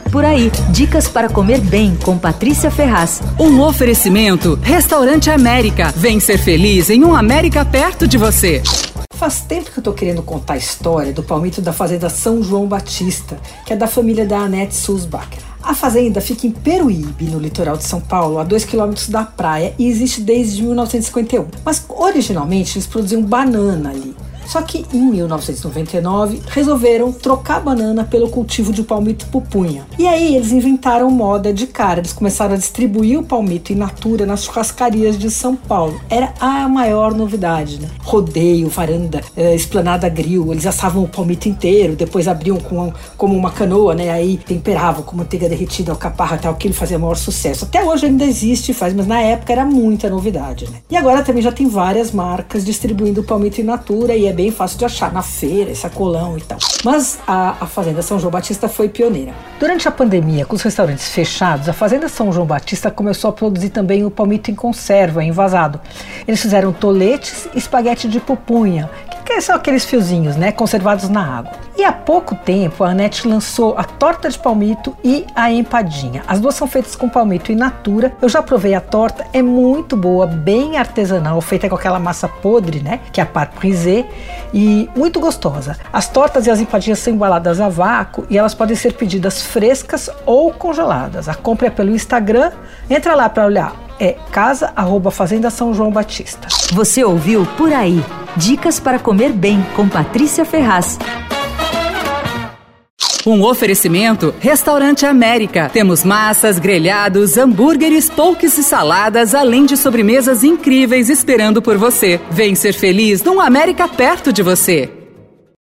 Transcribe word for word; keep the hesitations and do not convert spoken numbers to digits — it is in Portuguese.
Por Aí, dicas para comer bem com Patrícia Ferraz. Um oferecimento, Restaurante América. Vem ser feliz em um América perto de você. Faz tempo que eu tô querendo contar a história do palmito da fazenda São João Batista, que é da família da Annette Sulzbacher. A fazenda fica em Peruíbe, no litoral de São Paulo, a dois quilômetros da praia, e existe desde mil novecentos e cinquenta e um. Mas, originalmente, eles produziam banana ali. Só que em mil novecentos e noventa e nove resolveram trocar a banana pelo cultivo de palmito pupunha. E aí eles inventaram moda de cara. Eles começaram a distribuir o palmito in natura nas churrascarias de São Paulo. Era a maior novidade, né? Rodeio, varanda, eh, esplanada grill. Eles assavam o palmito inteiro, depois abriam com, como uma canoa, né? Aí temperavam com manteiga derretida, alcaparra e tal, que ele fazia maior sucesso. Até hoje ainda existe e faz, mas na época era muita novidade, né? E agora também já tem várias marcas distribuindo o palmito in natura e é bem fácil de achar na feira, sacolão e tal. Mas a, a Fazenda São João Batista foi pioneira. Durante a pandemia, com os restaurantes fechados, a Fazenda São João Batista começou a produzir também o palmito em conserva, envasado. Eles fizeram toletes e espaguete de pupunha, que são aqueles fiozinhos, né, conservados na água. E há pouco tempo, a Annette lançou a torta de palmito e a empadinha. As duas são feitas com palmito in natura. Eu já provei a torta, é muito boa, bem artesanal, feita com aquela massa podre, né, que é a pâte brisée, e muito gostosa. As tortas e as empadinhas são embaladas a vácuo e elas podem ser pedidas frescas ou congeladas. A compra é pelo Instagram, entra lá para olhar. É casa arroba Fazenda São João Batista. Você ouviu Por Aí, dicas para comer bem com Patrícia Ferraz. Um oferecimento, Restaurante América. Temos massas, grelhados, hambúrgueres, poutes e saladas, além de sobremesas incríveis esperando por você. Vem ser feliz num América perto de você.